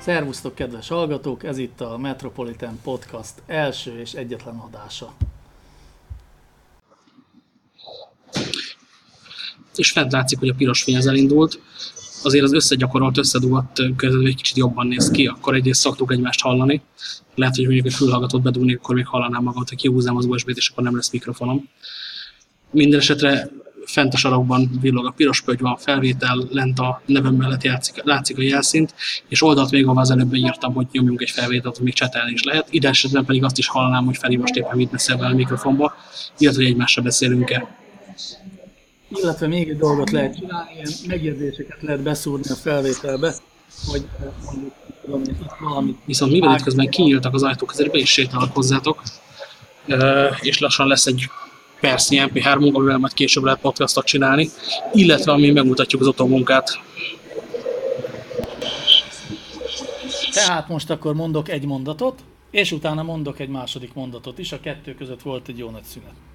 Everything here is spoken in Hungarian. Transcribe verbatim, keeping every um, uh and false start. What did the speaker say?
Szervusztok, kedves hallgatók! Ez itt a Metropolitan Podcast első és egyetlen adása. És fent látszik, hogy a piros fény az elindult. Azért az összegyakorolt, összedugott között egy kicsit jobban néz ki, akkor egyrészt szoktuk egymást hallani. Lehet, hogy mondjuk egy fülhallgatót bedugnék, akkor még hallanám magamat, hogy kihúznám az u es bé-t, és akkor nem lesz mikrofonom. Minden esetre fent a sarokban villog a piros pötty, van felvétel, lent a nevem mellett játszik, látszik a jelszint, és oldalt még, ahol az előbb írtam, hogy nyomjunk egy felvételt, még csetelni is lehet. Ide esetben pedig azt is hallanám, hogy Feri most éppen mit beszél vele a mikrofonba, illetve hogy egymásra beszélünk-e. Illetve még egy dolgot lehet csinálni, ilyen megjegyzéseket lehet beszúrni a felvételbe, hogy mondjuk tudom, hogy itt valamit... Viszont mivel itt közben kinyíltak az ajtók, azért be is sétálok hozzátok, és lassan lesz egy percnyi em pé három, amivel majd később lehet podcastot csinálni, illetve ami megmutatjuk az otthonmunkát. Tehát most akkor mondok egy mondatot, és utána mondok egy második mondatot is, a kettő között volt egy jó nagy szünet.